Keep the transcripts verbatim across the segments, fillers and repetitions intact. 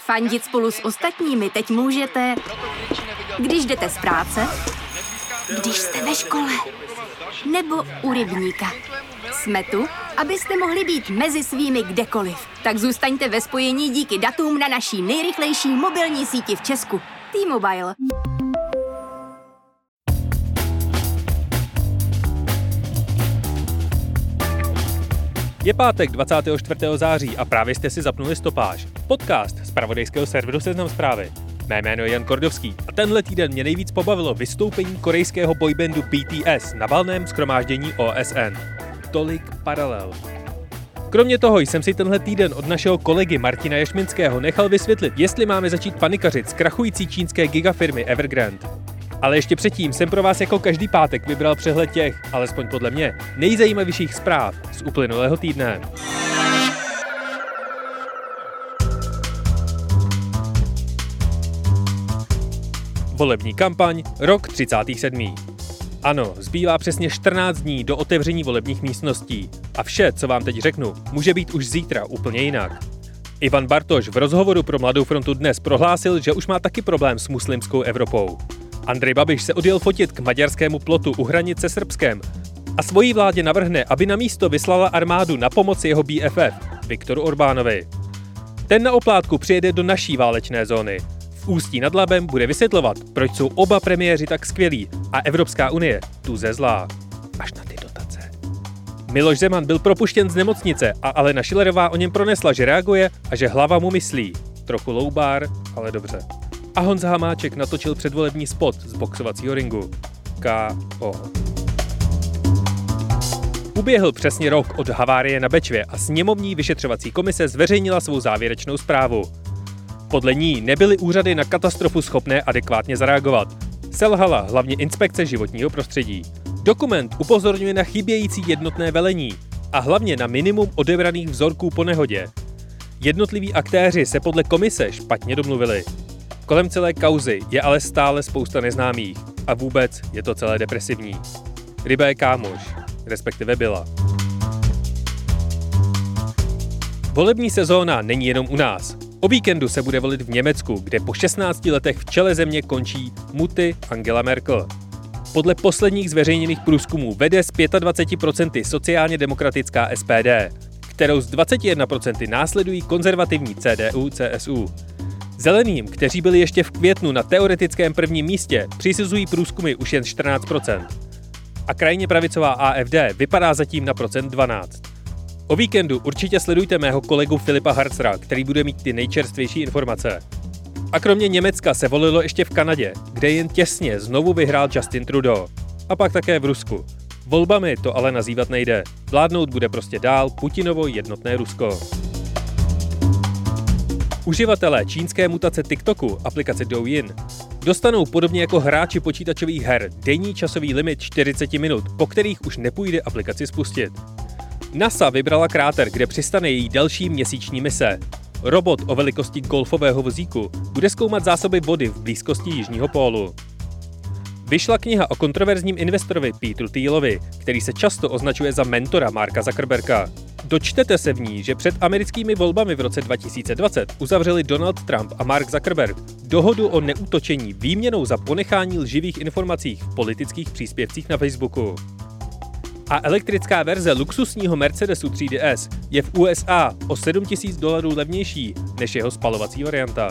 Fandit spolu s ostatními teď můžete, když jdete z práce, když jste ve škole, nebo u rybníka. Jsme tu, abyste mohli být mezi svými kdekoliv. Tak zůstaňte ve spojení díky datům na naší nejrychlejší mobilní síti v Česku. T-Mobile. Je pátek dvacátého čtvrtého září a právě jste si zapnuli Stopáž, podcast z zpravodajského serveru Seznam Zprávy. Mé jméno je Jan Kordovský a tenhle týden mě nejvíc pobavilo vystoupení korejského boybandu B T S na valném shromáždění O S N. Tolik paralel. Kromě toho jsem si tenhle týden od našeho kolegy Martina Jašminského nechal vysvětlit, jestli máme začít panikařit z krachující čínské gigafirmy Evergrande. Ale ještě předtím jsem pro vás jako každý pátek vybral přehled těch, alespoň podle mě, nejzajímavějších zpráv z uplynulého týdne. Volební kampaň, rok třicátý sedmý Ano, zbývá přesně čtrnáct dní do otevření volebních místností a vše, co vám teď řeknu, může být už zítra úplně jinak. Ivan Bartoš v rozhovoru pro Mladou frontu Dnes prohlásil, že už má taky problém s muslimskou Evropou. Andrej Babiš se odjel fotit k maďarskému plotu u hranic se Srbskem a svojí vládě navrhne, aby na místo vyslala armádu na pomoc jeho B F F, Viktoru Orbánovi. Ten na oplátku přijede do naší válečné zóny. V Ústí nad Labem bude vysvětlovat, proč jsou oba premiéři tak skvělí a Evropská unie tuze zlá. Až na ty dotace. Miloš Zeman byl propuštěn z nemocnice a Alena Schillerová o něm pronesla, že reaguje a že hlava mu myslí. Trochu loubár, ale dobře. A Honza Hamáček natočil předvolební spot z boxovacího ringu. K O Uběhl přesně rok od havárie na Bečvě a sněmovní vyšetřovací komise zveřejnila svou závěrečnou zprávu. Podle ní nebyly úřady na katastrofu schopné adekvátně zareagovat. Selhala hlavně inspekce životního prostředí. Dokument upozorňuje na chybějící jednotné velení a hlavně na minimum odebraných vzorků po nehodě. Jednotliví aktéři se podle komise špatně domluvili. Kolem celé kauzy je ale stále spousta neznámých a vůbec je to celé depresivní. Ryba je kámoš, respektive byla. Volební sezóna není jenom u nás. O víkendu se bude volit v Německu, kde po šestnácti letech v čele země končí muty Angela Merkel. Podle posledních zveřejněných průzkumů vede s dvaceti pěti procenty sociálně demokratická S P D, kterou s dvaceti jedné procenty následují konzervativní C D U C S U. Zeleným, kteří byli ještě v květnu na teoretickém prvním místě, přisuzují průzkumy už jen čtrnáct procent. A krajně pravicová A F D vypadá zatím na procent dvanáct. O víkendu určitě sledujte mého kolegu Filipa Harcera, který bude mít ty nejčerstvější informace. A kromě Německa se volilo ještě v Kanadě, kde jen těsně znovu vyhrál Justin Trudeau. A pak také v Rusku. Volbami to ale nazývat nejde. Vládnout bude prostě dál Putinovo jednotné Rusko. Uživatelé čínské mutace TikToku, aplikace Douyin, dostanou podobně jako hráči počítačových her denní časový limit čtyřicet minut, po kterých už nepůjde aplikaci spustit. NASA vybrala kráter, kde přistane její další měsíční mise. Robot o velikosti golfového vozíku bude zkoumat zásoby vody v blízkosti jižního pólu. Vyšla kniha o kontroverzním investorovi Peteru Thielovi, který se často označuje za mentora Marka Zuckerberga. Dočtete se v ní, že před americkými volbami v roce dva tisíce dvacet uzavřeli Donald Trump a Mark Zuckerberg dohodu o neútočení výměnou za ponechání lživých informací v politických příspěvcích na Facebooku. A elektrická verze luxusního Mercedesu třídy S je v U S A o sedm tisíc dolarů levnější než jeho spalovací varianta.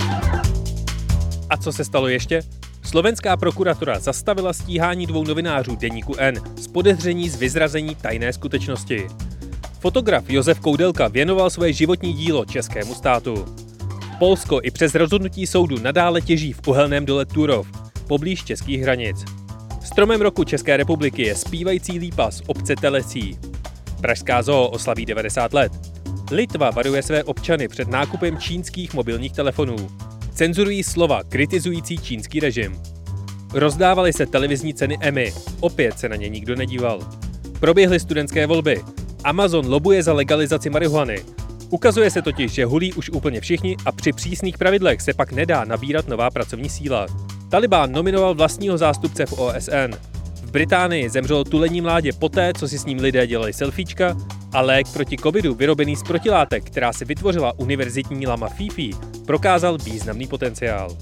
A co se stalo ještě? Slovenská prokuratura zastavila stíhání dvou novinářů deníku N z podezření z vyzrazení tajné skutečnosti. Fotograf Josef Koudelka věnoval své životní dílo českému státu. Polsko i přes rozhodnutí soudu nadále těží v uhelném dole Turów, poblíž českých hranic. Stromem roku České republiky je zpívající lípa z obce Telesí. Pražská zoo oslaví devadesát let. Litva varuje své občany před nákupem čínských mobilních telefonů. Cenzurují slova kritizující čínský režim. Rozdávaly se televizní ceny Emmy, opět se na ně nikdo nedíval. Proběhly studentské volby. Amazon lobuje za legalizaci marihuany. Ukazuje se totiž, že hulí už úplně všichni a při přísných pravidlech se pak nedá nabírat nová pracovní síla. Talibán nominoval vlastního zástupce v O S N. V Británii zemřelo tulení mládě poté, co si s ním lidé dělali selfiečka A lék proti covidu vyrobený z protilátek, která si vytvořila univerzitní lama Fifi, prokázal významný potenciál.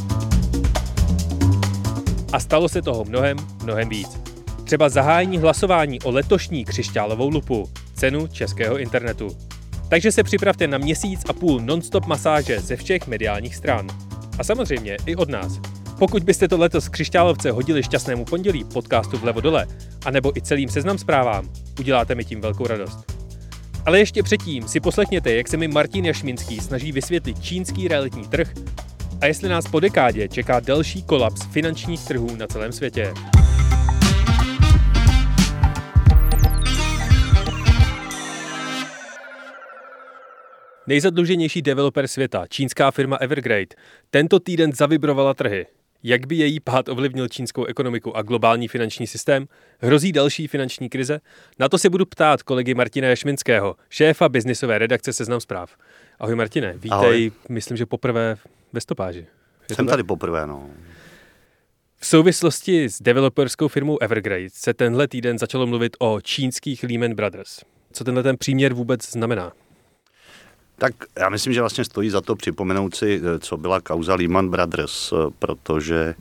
A stalo se toho mnohem, mnohem víc. Třeba zahájení hlasování o letošní křišťálovou lupu, cenu českého internetu. Takže se připravte na měsíc a půl non-stop masáže ze všech mediálních stran. A samozřejmě i od nás. Pokud byste to letos křišťálovce hodili Šťastnému pondělí podcastu Vlevo dole, anebo i celým Seznam Zprávám, uděláte mi tím velkou radost. Ale ještě předtím si poslechněte, jak se mi Martin Jašminský snaží vysvětlit čínský realitní trh a jestli nás po dekádě čeká další kolaps finančních trhů na celém světě. Nejzadluženější developer světa, čínská firma Evergrande, tento týden zavibrovala trhy. Jak by její pád ovlivnil čínskou ekonomiku a globální finanční systém? Hrozí další finanční krize? Na to se budu ptát kolegy Martina Jašminského, šéfa biznisové redakce Seznam Zpráv. Ahoj Martine, vítej, Ahoj. Myslím, že poprvé ve stopáži. Je Jsem tady poprvé, no. V souvislosti s developerskou firmou Evergrande se tenhle týden začalo mluvit o čínských Lehman Brothers. Co tenhle ten příměr vůbec znamená? Tak já myslím, že vlastně stojí za to připomenout si, co byla kauza Lehman Brothers, protože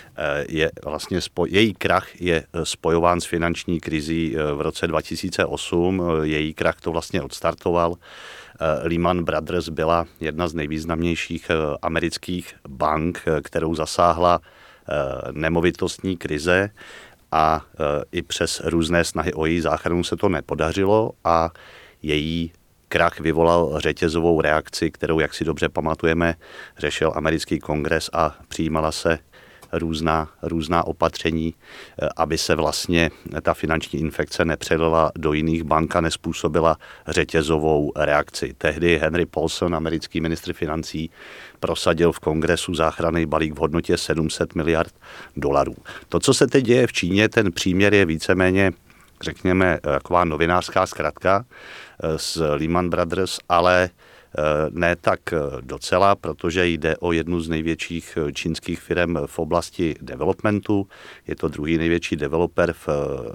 je vlastně spoj, její krach je spojován s finanční krizí v roce dva tisíce osm. Její krach to vlastně odstartoval. Lehman Brothers byla jedna z nejvýznamnějších amerických bank, kterou zasáhla nemovitostní krize a i přes různé snahy o její záchranu se to nepodařilo a její krach vyvolal řetězovou reakci, kterou, jak si dobře pamatujeme, řešil americký kongres a přijímala se různá, různá opatření, aby se vlastně ta finanční infekce nepřelila do jiných bank a nezpůsobila řetězovou reakci. Tehdy Henry Paulson, americký ministr financí, prosadil v kongresu záchranný balík v hodnotě sedm set miliard dolarů. To, co se teď děje v Číně, ten příměr je víceméně, řekněme, taková novinářská zkratka s Lehman Brothers, ale ne tak docela, protože jde o jednu z největších čínských firm v oblasti developmentu. Je to druhý největší developer v,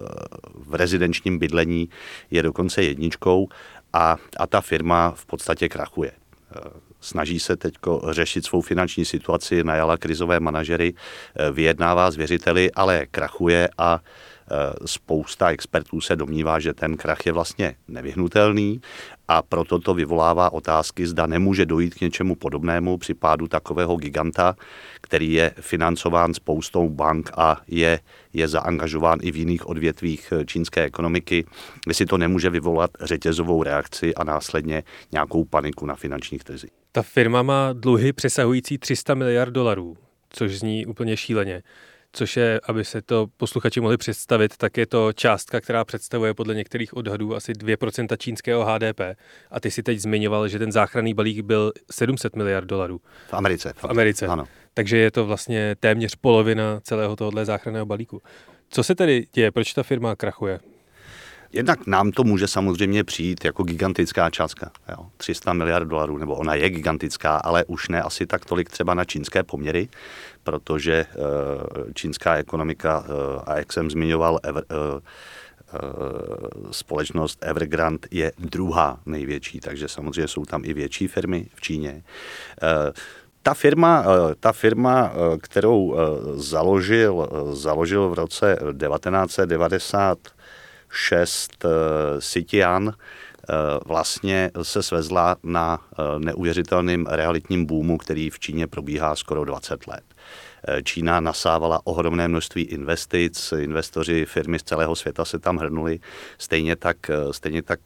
v rezidenčním bydlení, je dokonce jedničkou a, a ta firma v podstatě krachuje. Snaží se teď řešit svou finanční situaci, najala krizové manažery, vyjednává s věřiteli, ale krachuje a spousta expertů se domnívá, že ten krach je vlastně nevyhnutelný a proto to vyvolává otázky, zda nemůže dojít k něčemu podobnému při pádu takového giganta, který je financován spoustou bank a je, je zaangažován i v jiných odvětvích čínské ekonomiky, jestli to nemůže vyvolat řetězovou reakci a následně nějakou paniku na finančních trzích. Ta firma má dluhy přesahující tři sta miliard dolarů, což zní úplně šíleně. Což je, aby se to posluchači mohli představit, tak je to částka, která představuje podle některých odhadů asi dvě procenta čínského H D P. A ty si teď zmiňoval, že ten záchranný balík byl sedm set miliard dolarů. V Americe. V Americe. Ano. Takže je to vlastně téměř polovina celého tohohle záchranného balíku. Co se tedy děje? Proč ta firma krachuje? Jednak nám to může samozřejmě přijít jako gigantická částka. Jo. tři sta miliard dolarů, nebo ona je gigantická, ale už ne asi tak tolik třeba na čínské poměry, protože e, čínská ekonomika, e, a jak jsem zmiňoval, Ever, e, e, společnost Evergrande je druhá největší, takže samozřejmě jsou tam i větší firmy v Číně. E, Ta firma, ta firma, kterou založil, založil v roce devatenáct set devadesát šest Citian, vlastně se svezla na neuvěřitelným realitním boomu, který v Číně probíhá skoro dvacet let. Čína nasávala ohromné množství investic, investoři, firmy z celého světa se tam hrnuli, stejně tak, stejně tak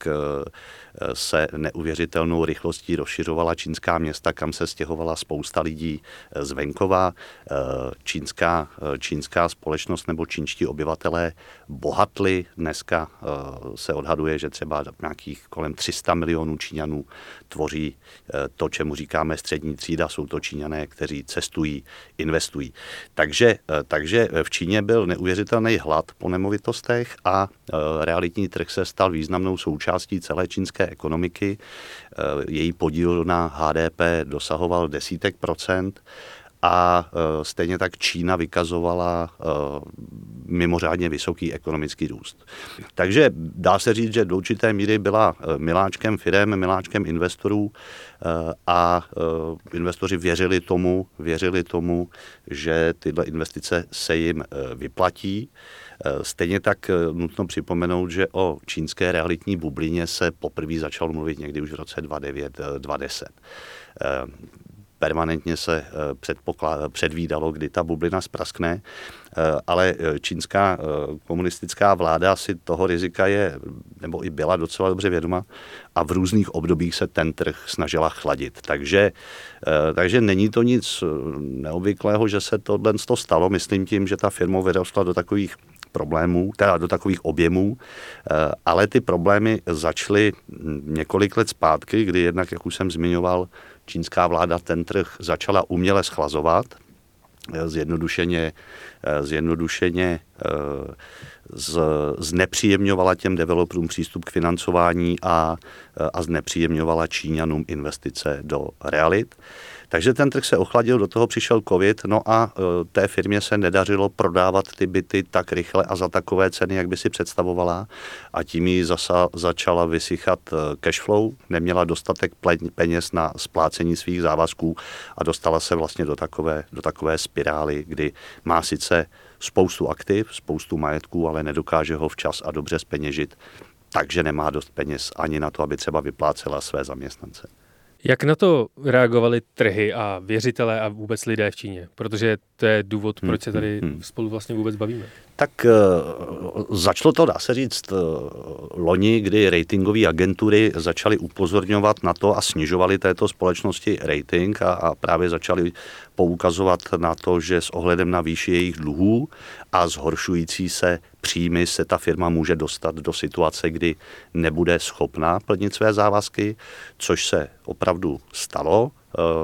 se neuvěřitelnou rychlostí rozšiřovala čínská města, kam se stěhovala spousta lidí z venkova. Čínská, čínská společnost nebo čínští obyvatelé bohatli. Dneska se odhaduje, že třeba nějakých kolem tři sta milionů Číňanů tvoří to, čemu říkáme střední třída. Jsou to Číňané, kteří cestují, investují. Takže, takže v Číně byl neuvěřitelný hlad po nemovitostech a realitní trh se stal významnou součástí celé čínské ekonomiky. Její podíl na H D P dosahoval desítek procent a stejně tak Čína vykazovala mimořádně vysoký ekonomický růst. Takže dá se říct, že do určité míry byla miláčkem firem, miláčkem investorů a investoři věřili tomu, věřili tomu, že tyhle investice se jim vyplatí. Stejně tak nutno připomenout, že o čínské realitní bublině se poprvé začalo mluvit někdy už v roce dva tisíce devět dva tisíce deset. Permanentně se předvídalo, kdy ta bublina spraskne, ale čínská komunistická vláda si toho rizika je, nebo i byla docela dobře vědoma a v různých obdobích se ten trh snažila chladit. Takže, takže není to nic neobvyklého, že se tohle stalo. Myslím tím, že ta firma vyrostla do takových problémů, teda do takových objemů, ale ty problémy začaly několik let zpátky, kdy jednak, jak už jsem zmiňoval, čínská vláda ten trh začala uměle schlazovat, zjednodušeně, zjednodušeně z, znepříjemňovala těm developerům přístup k financování a, a znepříjemňovala Číňanům investice do realit. Takže ten trh se ochladil, do toho přišel covid, no a té firmě se nedařilo prodávat ty byty tak rychle a za takové ceny, jak by si představovala, a tím jí zasa začala vysychat cash flow, neměla dostatek peněz na splácení svých závazků a dostala se vlastně do takové, do takové spirály, kdy má sice spoustu aktiv, spoustu majetků, ale nedokáže ho včas a dobře zpeněžit, takže nemá dost peněz ani na to, aby třeba vyplácela své zaměstnance. Jak na to reagovali trhy a věřitelé a vůbec lidé v Číně? Protože to je důvod, proč se tady spolu vlastně vůbec bavíme. Tak uh, začalo to, dá se říct, uh, loni, kdy ratingové agentury začaly upozorňovat na to a snižovaly této společnosti rating a, a právě začaly poukazovat na to, že s ohledem na výši jejich dluhů a zhoršující se příjmy se ta firma může dostat do situace, kdy nebude schopná plnit své závazky, což se opravdu stalo.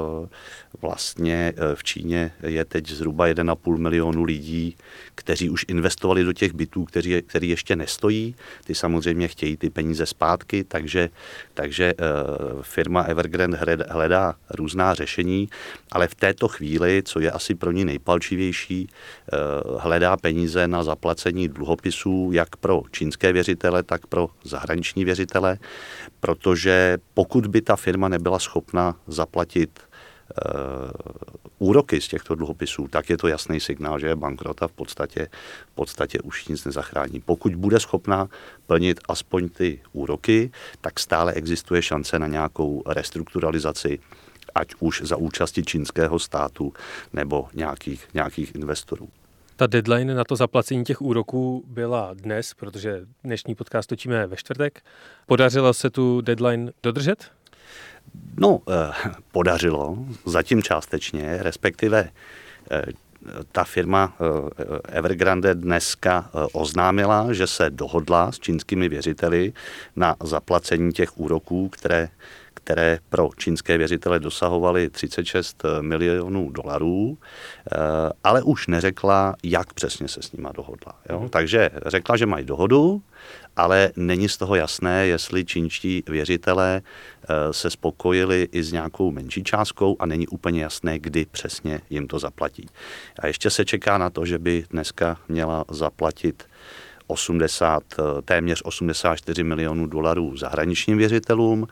Vlastně v Číně je teď zhruba jeden a půl milionu lidí, kteří už investovali do těch bytů, kteří, který ještě nestojí. Ty samozřejmě chtějí ty peníze zpátky, takže, takže firma Evergrande hledá různá řešení, ale v této chvíli, co je asi pro ní nejpalčivější, hledá peníze na zaplacení dluhopisů jak pro čínské věřitele, tak pro zahraniční věřitele, protože pokud by ta firma nebyla schopna zaplatit úroky z těchto dluhopisů, tak je to jasný signál, že je bankrot a v podstatě, v podstatě už nic nezachrání. Pokud bude schopná plnit aspoň ty úroky, tak stále existuje šance na nějakou restrukturalizaci, ať už za účasti čínského státu nebo nějakých, nějakých investorů. Ta deadline na to zaplacení těch úroků byla dnes, protože dnešní podcast točíme ve čtvrtek. Podařilo se tu deadline dodržet? No, eh, podařilo, zatím částečně, respektive eh, ta firma eh, Evergrande dneska eh, oznámila, že se dohodla s čínskými věřiteli na zaplacení těch úroků, které, které pro čínské věřitele dosahovaly třicet šest milionů dolarů, eh, ale už neřekla, jak přesně se s nima dohodla. Jo? Mm. Takže řekla, že mají dohodu, ale není z toho jasné, jestli čínští věřitelé se spokojili i s nějakou menší částkou a není úplně jasné, kdy přesně jim to zaplatí. A ještě se čeká na to, že by dneska měla zaplatit osmdesát, téměř osmdesát čtyři milionů dolarů zahraničním věřitelům,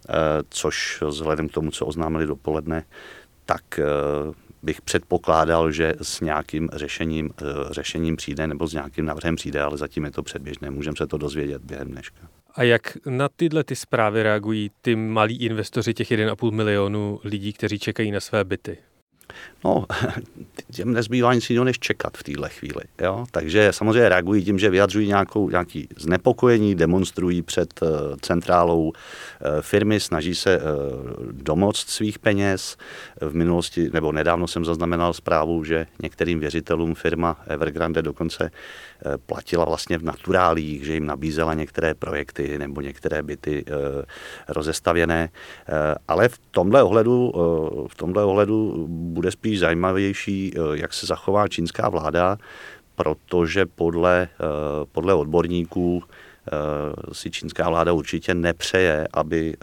což vzhledem k tomu, co oznámili dopoledne, tak bych předpokládal, že s nějakým řešením, řešením přijde nebo s nějakým návrhem přijde, ale zatím je to předběžné. Můžeme se to dozvědět během dneška. A jak na tyhle ty zprávy reagují ty malí investoři těch jeden a půl milionu lidí, kteří čekají na své byty? No, těm nezbývá nic jiného, než čekat v téhle chvíli. Jo? Takže samozřejmě reagují tím, že vyjadřují nějakou, nějaký znepokojení, demonstrují před uh, centrálou uh, firmy, snaží se uh, domoct svých peněz. V minulosti, nebo nedávno jsem zaznamenal zprávu, že některým věřitelům firma Evergrande dokonce uh, platila vlastně v naturálích, že jim nabízela některé projekty nebo některé byty uh, rozestavěné. Uh, ale v tomhle ohledu, uh, v tomhle ohledu bude spíš zajímavější, jak se zachová čínská vláda, protože podle, podle odborníků si čínská vláda určitě nepřeje, aby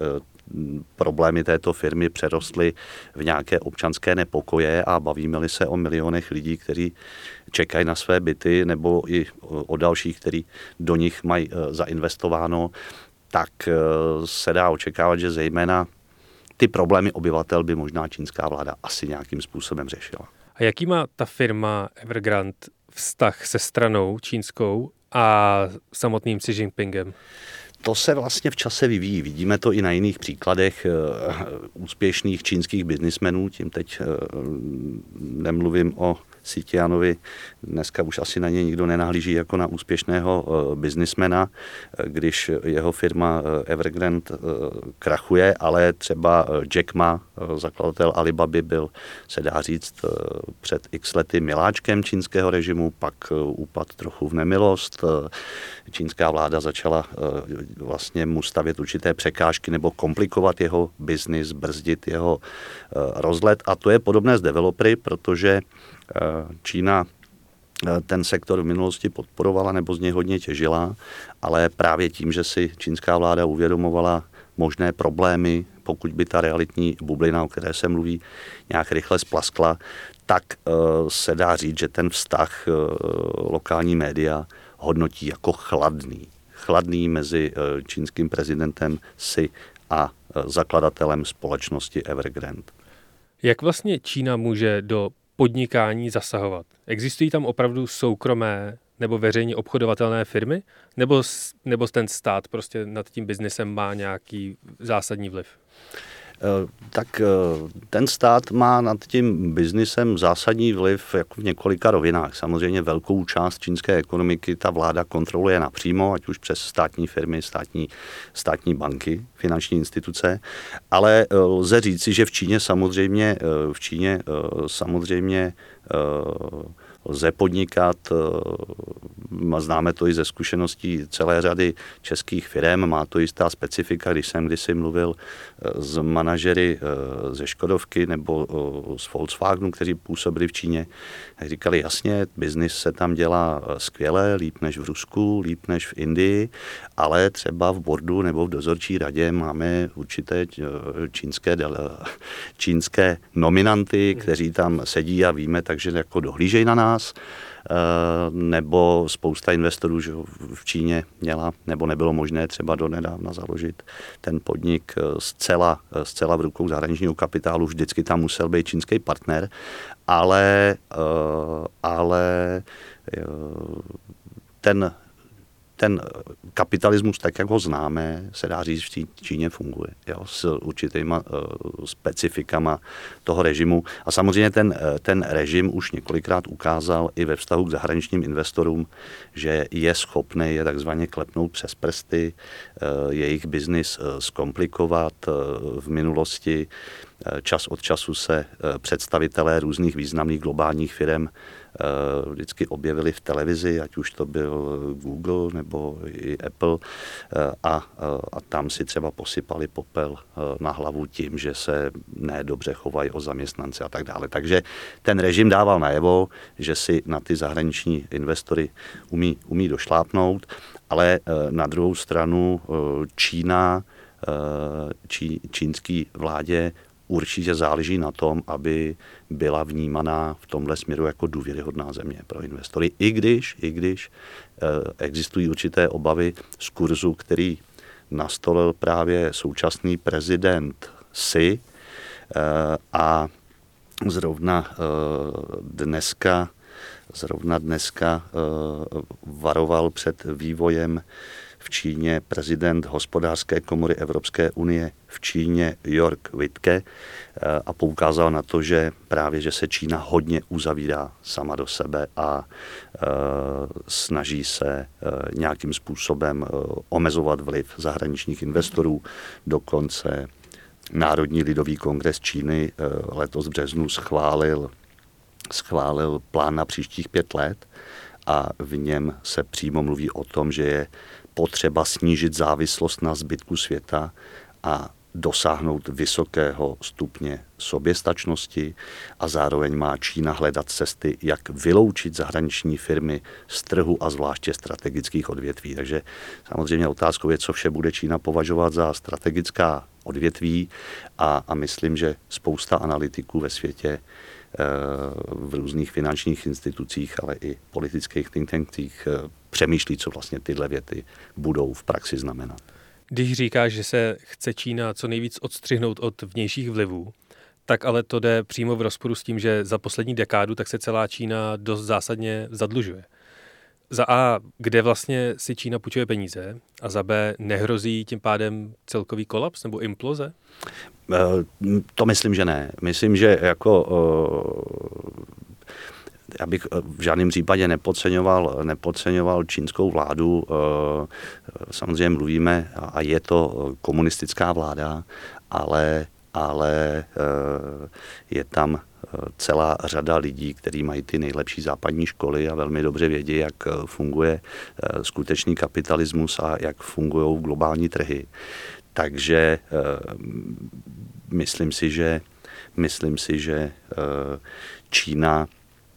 problémy této firmy přerostly v nějaké občanské nepokoje a bavíme-li se o milionech lidí, kteří čekají na své byty nebo i o dalších, kteří do nich mají zainvestováno, tak se dá očekávat, že zejména ty problémy obyvatel by možná čínská vláda asi nějakým způsobem řešila. A jaký má ta firma Evergrande vztah se stranou čínskou a samotným Xi Jinpingem? To se vlastně v čase vyvíjí. Vidíme to i na jiných příkladech úspěšných čínských biznismenů. Tím teď nemluvím o Xi Tianovi. Dneska už asi na ně nikdo nenahlíží jako na úspěšného biznismena, když jeho firma Evergrande krachuje, ale třeba Jack Ma, zakladatel Alibaby, byl, se dá říct, před x lety miláčkem čínského režimu, pak upad trochu v nemilost. Čínská vláda začala vlastně mu stavět určité překážky nebo komplikovat jeho biznis, brzdit jeho rozlet. A to je podobné s developery, protože Čína ten sektor v minulosti podporovala nebo z něj hodně těžila, ale právě tím, že si čínská vláda uvědomovala možné problémy, pokud by ta realitní bublina, o které se mluví, nějak rychle splaskla, tak se dá říct, že ten vztah lokální média hodnotí jako chladný. Chladný mezi čínským prezidentem Xi a zakladatelem společnosti Evergrande. Jak vlastně Čína může do podnikání zasahovat? Existují tam opravdu soukromé nebo veřejně obchodovatelné firmy? Nebo, nebo ten stát prostě nad tím biznesem má nějaký zásadní vliv? Tak ten stát má nad tím biznisem zásadní vliv jako v několika rovinách. Samozřejmě velkou část čínské ekonomiky ta vláda kontroluje napřímo, ať už přes státní firmy, státní, státní banky, finanční instituce, ale lze říci, že v Číně samozřejmě, v Číně samozřejmě lze podnikat, známe to i ze zkušeností celé řady českých firem, má to jistá specifika, když jsem kdysi mluvil s manažery ze Škodovky nebo z Volkswagenu, kteří působili v Číně, tak říkali jasně, biznis se tam dělá skvěle, líp než v Rusku, líp než v Indii, ale třeba v boardu nebo v dozorčí radě máme určité čínské, čínské nominanty, kteří tam sedí a víme, takže jako dohlížejí na nás, nebo spousta investorů, že v Číně měla, nebo nebylo možné třeba donedávna založit ten podnik zcela, zcela v rukou zahraničního kapitálu, vždycky tam musel být čínský partner, ale, ale ten ten kapitalismus, tak jak ho známe, se dá říct, v Číně funguje, jo, s určitýma uh, specifikama toho režimu. A samozřejmě ten, ten režim už několikrát ukázal i ve vztahu k zahraničním investorům, že je schopný je takzvaně klepnout přes prsty, uh, jejich biznis uh, zkomplikovat. Uh, v minulosti uh, čas od času se uh, představitelé různých významných globálních firm vždycky objevili v televizi, ať už to byl Google nebo i Apple a, a tam si třeba posypali popel na hlavu tím, že se nedobře chovají o zaměstnance a tak dále. Takže ten režim dával najevo, že si na ty zahraniční investory umí, umí došlápnout, ale na druhou stranu Čína, čí, čínský vládě určitě záleží na tom, aby byla vnímaná v tomhle směru jako důvěryhodná země pro investory. I když, i když existují určité obavy z kurzu, který nastolil právě současný prezident Xi a zrovna dneska, zrovna dneska varoval před vývojem v Číně prezident hospodářské komory Evropské unie v Číně Jörg Wittke a poukázal na to, že právě, že se Čína hodně uzavírá sama do sebe a snaží se nějakým způsobem omezovat vliv zahraničních investorů. Dokonce Národní lidový kongres Číny letos v březnu schválil, schválil plán na příštích pět let a v něm se přímo mluví o tom, že je potřeba snížit závislost na zbytku světa a dosáhnout vysokého stupně soběstačnosti a zároveň má Čína hledat cesty, jak vyloučit zahraniční firmy z trhu a zvláště strategických odvětví. Takže samozřejmě otázkou je, co vše bude Čína považovat za strategická odvětví a, a myslím, že spousta analytiků ve světě v různých finančních institucích, ale i politických think tankích přemýšlí, co vlastně tyhle věty budou v praxi znamenat. Když říkáš, že se chce Čína co nejvíc odstřihnout od vnějších vlivů, tak ale to jde přímo v rozporu s tím, že za poslední dekádu tak se celá Čína dost zásadně zadlužuje. Za A, kde vlastně si Čína půjčuje peníze a za B, nehrozí tím pádem celkový kolaps nebo imploze? To myslím, že ne. Myslím, že jako já bych v žádném případě nepodceňoval, nepodceňoval čínskou vládu. Samozřejmě mluvíme a je to komunistická vláda, ale, ale je tam celá řada lidí, kteří mají ty nejlepší západní školy a velmi dobře vědí, jak funguje skutečný kapitalismus a jak fungují globální trhy. Takže myslím si, že, myslím si, že Čína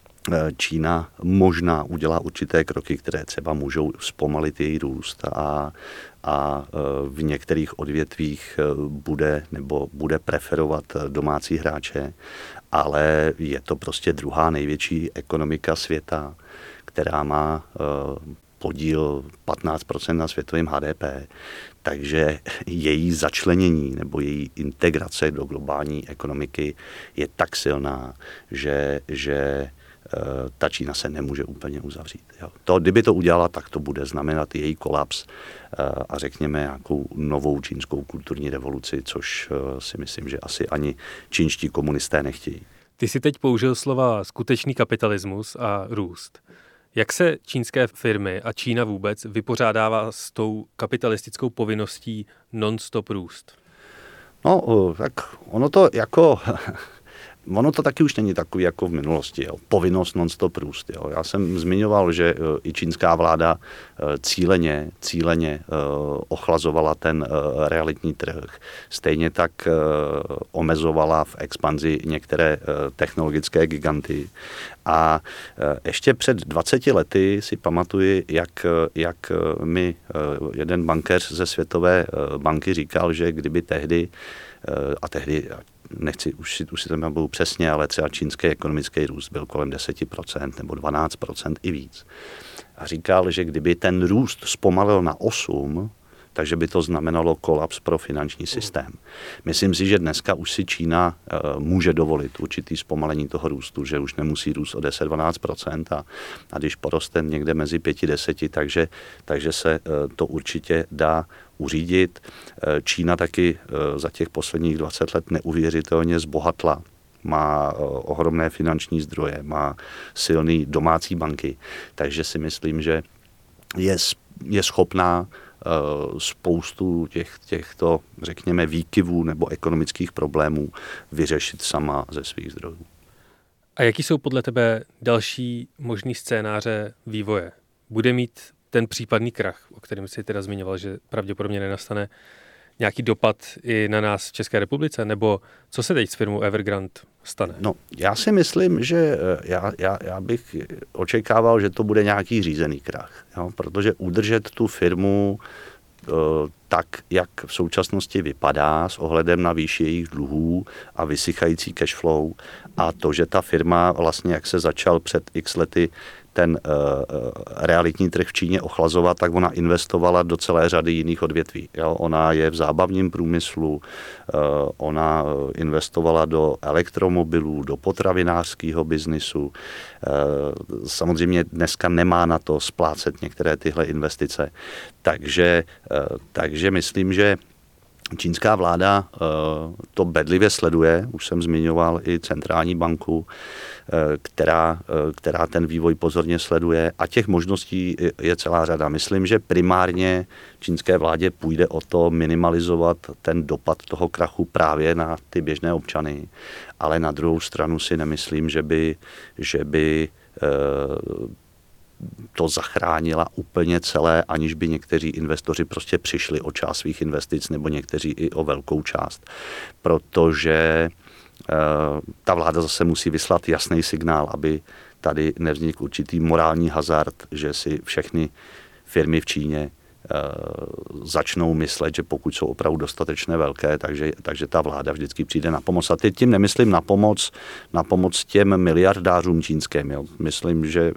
Čína možná udělá určité kroky, které třeba můžou zpomalit její růst a, a v některých odvětvích bude nebo bude preferovat domácí hráče, ale je to prostě druhá největší ekonomika světa, která má podíl patnáct procent na světovém H D P, takže její začlenění nebo její integrace do globální ekonomiky je tak silná, že, že ta Čína se nemůže úplně uzavřít. Jo. To, kdyby to udělala, tak to bude znamenat její kolaps a řekněme nějakou novou čínskou kulturní revoluci, což si myslím, že asi ani čínští komunisté nechtějí. Ty jsi teď použil slova skutečný kapitalismus a růst. Jak se čínské firmy a Čína vůbec vypořádává s tou kapitalistickou povinností non-stop růst? No, tak ono to jako... Ono to taky už není takový jako v minulosti. Jo. Povinnost non-stop růst. Jo. Já jsem zmiňoval, že i čínská vláda cíleně, cíleně ochlazovala ten realitní trh. Stejně tak omezovala v expanzi některé technologické giganty. A ještě před dvaceti lety si pamatuji, jak, jak mi jeden bankéř ze Světové banky říkal, že kdyby tehdy, a tehdy nechci, už si, už si to nebudu přesně, ale třeba čínský ekonomický růst byl kolem deset procent nebo dvanáct procent i víc. A říkal, že kdyby ten růst zpomalil na osm, takže by to znamenalo kolaps pro finanční systém. Myslím si, že dneska už si Čína uh, může dovolit určitý zpomalení toho růstu, že už nemusí růst o deset až dvanáct procent a, a když poroste někde mezi pět až deset, takže, takže se uh, to určitě dá uřídit. Uh, Čína taky uh, za těch posledních dvacet let neuvěřitelně zbohatla. Má uh, ohromné finanční zdroje, má silný domácí banky, takže si myslím, že je, je schopná spoustu těch, těchto, řekněme, výkyvů nebo ekonomických problémů vyřešit sama ze svých zdrojů. A jaký jsou podle tebe další možný scénáře vývoje? Bude mít ten případný krach, o kterém jsi teda zmiňoval, že pravděpodobně nenastane, nějaký dopad i na nás v České republice? Nebo co se teď s firmou Evergrande stane? No, já si myslím, že já, já, já bych očekával, že to bude nějaký řízený krach. Jo? Protože udržet tu firmu uh, tak, jak v současnosti vypadá s ohledem na výši jejich dluhů a vysychající cash flow a to, že ta firma vlastně, jak se začal před x lety ten uh, realitní trh v Číně ochlazovat, tak ona investovala do celé řady jiných odvětví. Jo? Ona je v zábavním průmyslu, uh, ona investovala do elektromobilů, do potravinářského biznisu. Uh, samozřejmě dneska nemá na to splácet některé tyhle investice. Takže, uh, takže myslím, že čínská vláda uh, to bedlivě sleduje, už jsem zmiňoval i centrální banku, uh, která, uh, která ten vývoj pozorně sleduje a těch možností je celá řada. Myslím, že primárně čínské vládě půjde o to minimalizovat ten dopad toho krachu právě na ty běžné občany, ale na druhou stranu si nemyslím, že by, že by uh, to zachránila úplně celé, aniž by někteří investoři prostě přišli o část svých investic nebo někteří i o velkou část. Protože uh, ta vláda zase musí vyslat jasný signál, aby tady nevznikl určitý morální hazard, že si všechny firmy v Číně začnou myslet, že pokud jsou opravdu dostatečně velké, takže, takže ta vláda vždycky přijde na pomoc. A teď tím nemyslím na pomoc, na pomoc těm miliardářům čínským. Jo. Myslím, že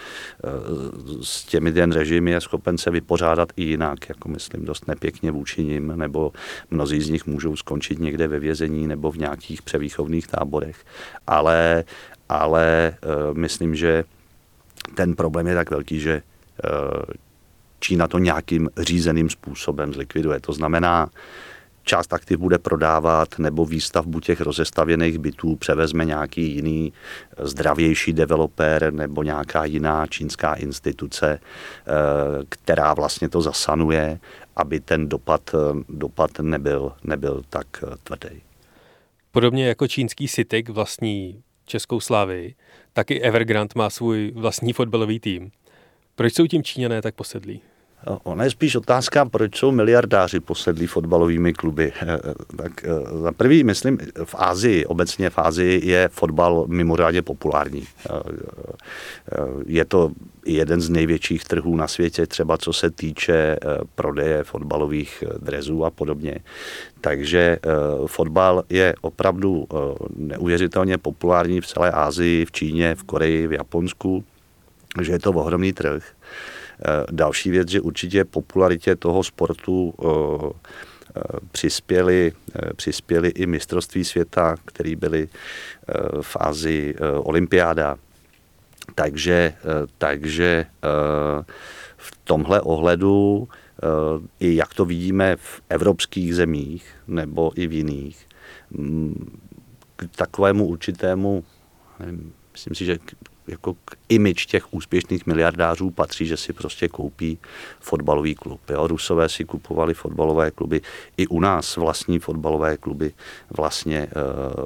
s těmi ten režim je schopen se vypořádat i jinak, jako myslím dost nepěkně vůči nim, nebo mnozí z nich můžou skončit někde ve vězení nebo v nějakých převýchovných táborech. Ale, ale myslím, že ten problém je tak velký, že Čína to nějakým řízeným způsobem zlikviduje. To znamená, část aktiv bude prodávat nebo výstavbu těch rozestavěných bytů převezme nějaký jiný zdravější developer nebo nějaká jiná čínská instituce, která vlastně to zasanuje, aby ten dopad, dopad nebyl, nebyl tak tvrdý. Podobně jako čínský Citic vlastní Českou Slavii, tak i Evergrande má svůj vlastní fotbalový tým. Proč jsou tím Číňané tak posedlí? Ona je spíš otázka, proč jsou miliardáři posedlí fotbalovými kluby. Tak za prvý, myslím, v Asii, obecně v Asii je fotbal mimořádně populární. Je to jeden z největších trhů na světě, třeba co se týče prodeje fotbalových dresů a podobně. Takže fotbal je opravdu neuvěřitelně populární v celé Asii, v Číně, v Koreji, v Japonsku, že je to ohromný trh. Další věc, že určitě popularitě toho sportu přispěly, přispěly i mistrovství světa, které byly v Asii, olympiáda. Takže, takže v tomhle ohledu, i jak to vidíme v evropských zemích nebo i v jiných, k takovému určitému, nevím, myslím si, že jako k image těch úspěšných miliardářů patří, že si prostě koupí fotbalový klub. Jo? Rusové si kupovali fotbalové kluby. I u nás vlastní fotbalové kluby vlastně e,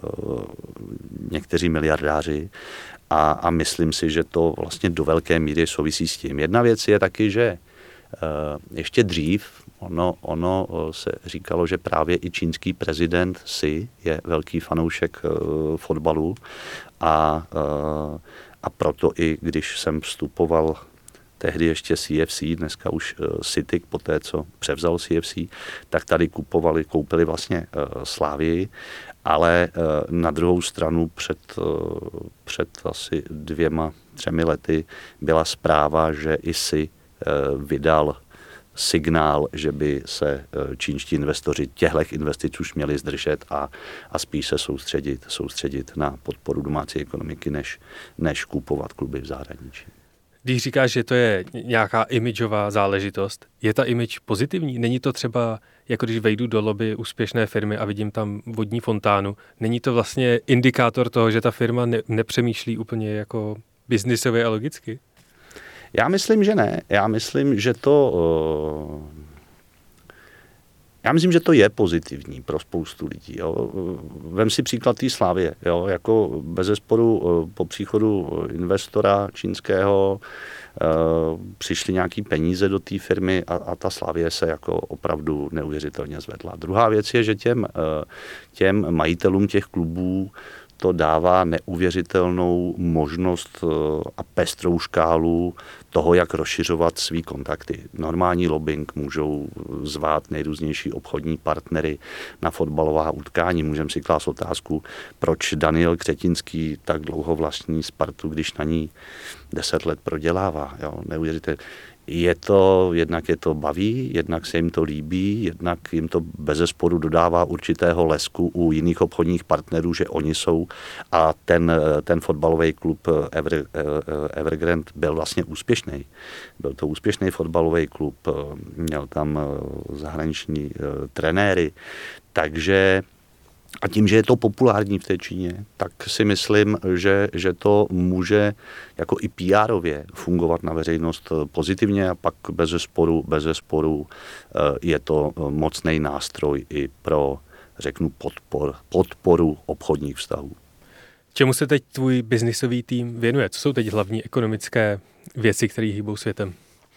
někteří miliardáři. A, a myslím si, že to vlastně do velké míry souvisí s tím. Jedna věc je taky, že e, ještě dřív ono, ono se říkalo, že právě i čínský prezident Xi je velký fanoušek e, fotbalu a e, A proto i když jsem vstupoval tehdy ještě C F C, dneska už Citic, po té, co převzal C F C, tak tady kupovali, koupili vlastně Slavii, ale na druhou stranu před, před asi dvěma, třemi lety byla zpráva, že i si vydal signál, že by se čínští investoři těchto investic už měli zdržet a, a spíš se soustředit, soustředit na podporu domácí ekonomiky, než, než kupovat kluby v zahraničí. Když říkáš, že to je nějaká imidžová záležitost, je ta image pozitivní? Není to třeba, jako když vejdu do lobby úspěšné firmy a vidím tam vodní fontánu, není to vlastně indikátor toho, že ta firma ne, nepřemýšlí úplně jako biznisově a logicky? Já myslím, že ne. Já myslím, že to já myslím, že to je pozitivní pro spoustu lidí. Jo. Vem si příklad té Slavie. Jo. Jako bezesporu po příchodu investora čínského přišly nějaký peníze do té firmy a, a ta Slavie se jako opravdu neuvěřitelně zvedla. Druhá věc je, že těm, těm majitelům těch klubů to dává neuvěřitelnou možnost a pestrou škálu toho, jak rozšiřovat svý kontakty. Normální lobbying, můžou zvát nejrůznější obchodní partnery na fotbalová utkání. Můžeme si klást otázku, proč Daniel Křetinský tak dlouho vlastní Spartu, když na ní deset let prodělává. Jo, neuvěřitelně. Je to, jednak je to baví, jednak se jim to líbí, jednak jim to bezesporu dodává určitého lesku u jiných obchodních partnerů, že oni jsou a ten, ten fotbalový klub Ever, Evergrande byl vlastně úspěšný. Byl to úspěšný fotbalový klub, měl tam zahraniční trenéry, takže a tím, že je to populární v té Číně, tak si myslím, že, že to může jako i P R-ově fungovat na veřejnost pozitivně a pak bezesporu, bezesporu je to mocný nástroj i pro, řeknu, podpor, podporu obchodních vztahů. Čemu se teď tvůj biznisový tým věnuje? Co jsou teď hlavní ekonomické věci, které hýbou světem?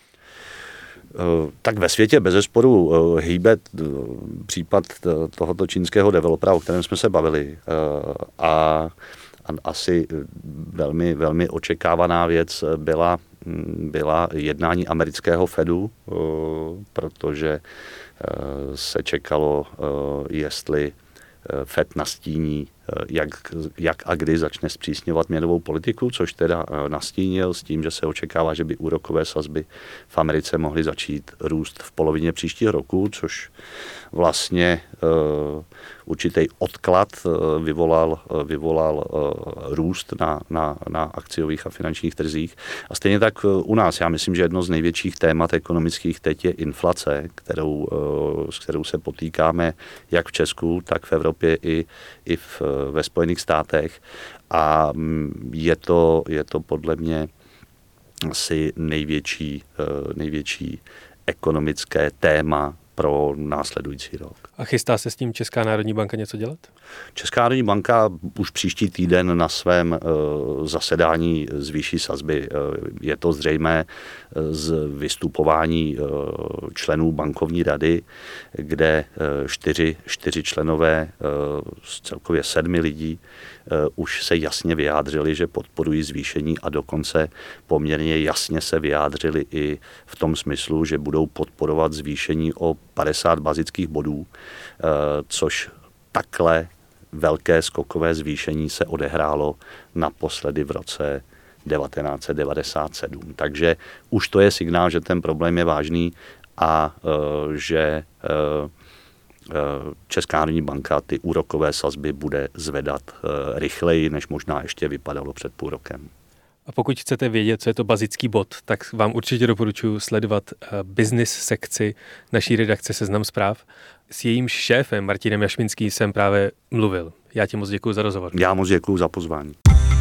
Tak ve světě bezesporu hýbe případ tohoto čínského developera, o kterém jsme se bavili. A asi velmi, velmi očekávaná věc byla, byla jednání amerického Fedu protože se čekalo, jestli Fed nastíní, jak, jak a kdy začne zpřísňovat měnovou politiku, což teda nastínil s tím, že se očekává, že by úrokové sazby v Americe mohly začít růst v polovině příštího roku, což vlastně uh, určitý odklad uh, vyvolal, uh, vyvolal uh, růst na, na, na akciových a finančních trzích. A stejně tak uh, u nás, já myslím, že jedno z největších témat ekonomických teď je inflace, kterou, uh, s kterou se potýkáme jak v Česku, tak v Evropě i, i v, uh, ve Spojených státech. A um, je to, je to podle mě asi největší, uh, největší ekonomické téma pro následující rok. A chystá se s tím Česká národní banka něco dělat? Česká národní banka už příští týden na svém uh, zasedání zvýší sazby. Uh, je to zřejmé z vystupování uh, členů bankovní rady, kde uh, čtyři, čtyři členové uh, z celkově sedmi lidí uh, už se jasně vyjádřili, že podporují zvýšení a dokonce poměrně jasně se vyjádřili i v tom smyslu, že budou podporovat zvýšení o padesát bazických bodů, uh, což takhle velké skokové zvýšení se odehrálo naposledy v roce devatenáct set devadesát sedm. Takže už to je signál, že ten problém je vážný a uh, že uh, Česká národní banka ty úrokové sazby bude zvedat uh, rychleji, než možná ještě vypadalo před půl rokem. A pokud chcete vědět, co je to bazický bod, tak vám určitě doporučuji sledovat business sekci naší redakce Seznam zpráv. S jejímž šéfem Martinem Jašminským jsem právě mluvil. Já ti moc děkuji za rozhovor. Já moc děkuji za pozvání.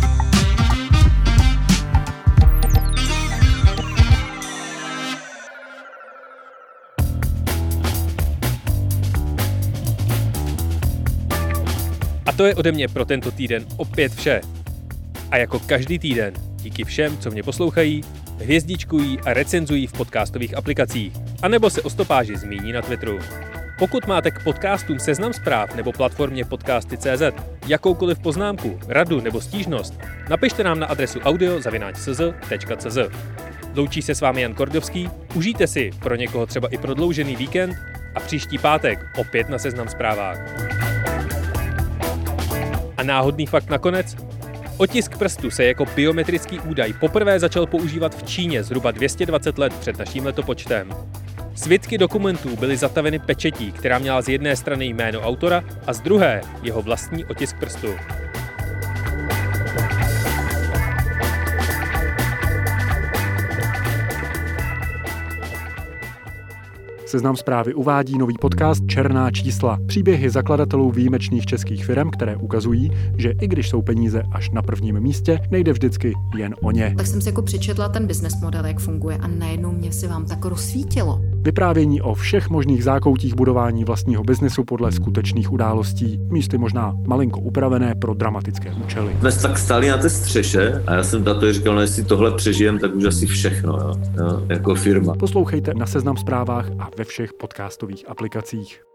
A to je ode mě pro tento týden opět vše. A jako každý týden, díky všem, co mě poslouchají, hvězdičkují a recenzují v podcastových aplikacích, anebo se o stopáži zmíní na Twitteru. Pokud máte k podcastům Seznam zpráv nebo platformě podcasty tečka cé zet jakoukoliv poznámku, radu nebo stížnost, napište nám na adresu audio zavináč c z tečka c z. Loučí se s vámi Jan Kordovský, užijte si pro někoho třeba i prodloužený víkend a příští pátek opět na Seznam zprávách. A náhodný fakt nakonec. Otisk prstu se jako biometrický údaj poprvé začal používat v Číně zhruba dvě stě dvacet let před naším letopočtem. Svitky dokumentů byly zataveny pečetí, která měla z jedné strany jméno autora a z druhé jeho vlastní otisk prstu. Seznam zprávy uvádí nový podcast Černá čísla. Příběhy zakladatelů výjimečných českých firm, které ukazují, že i když jsou peníze až na prvním místě, nejde vždycky jen o ně. Tak jsem si jako přečetla ten business model, jak funguje a najednou mě se vám tak rozsvítilo. Vyprávění o všech možných zákoutích budování vlastního biznesu podle skutečných událostí. Místy možná malinko upravené pro dramatické účely. Jsme tak stáli na té střeše a já jsem tato říkal, no jestli tohle přežijem, tak už asi všechno, jo, jo, jako firma. Poslouchejte na Seznam zprávách a ve všech podcastových aplikacích.